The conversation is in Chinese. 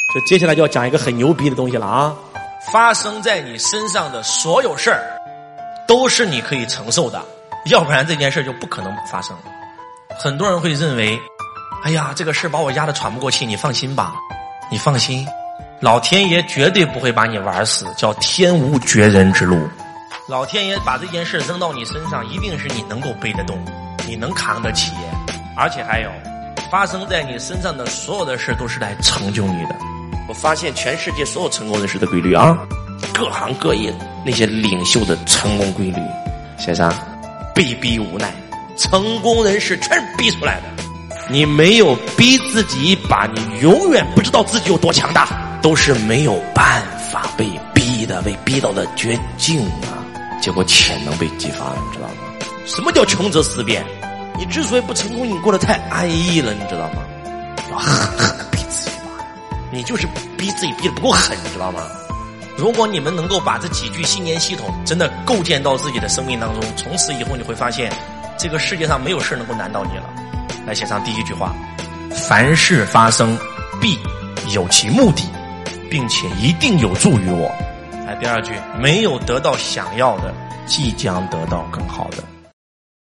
这接下来就要讲一个很牛逼的东西了啊！ 发生在你身上的所有事儿，都是你可以承受的，要不然这件事就不可能发生。很多人会认为，哎呀，这个事把我压得喘不过气，你放心吧，你放心，老天爷绝对不会把你玩死，叫天无绝人之路。老天爷把这件事扔到你身上，一定是你能够背得动，你能扛得起。而且还有，发生在你身上的所有的事都是来成就你的。我发现全世界所有成功人士的规律啊，各行各业那些领袖的成功规律，写上被逼无奈，成功人士全是逼出来的。你没有逼自己一把，你永远不知道自己有多强大，都是没有办法被逼的，被逼到了绝境啊，结果潜能被激发了，你知道吗？什么叫穷则思变？你之所以不成功，你过得太安逸了，你知道吗？要狠狠地逼自己一把，你就是逼自己逼得不够狠，你知道吗？如果你们能够把这几句信念系统真的构建到自己的生命当中，从此以后你会发现，这个世界上没有事能够难倒你了。来写上第一句话：凡事发生必有其目的，并且一定有助于我。来第二句：没有得到想要的，即将得到更好的。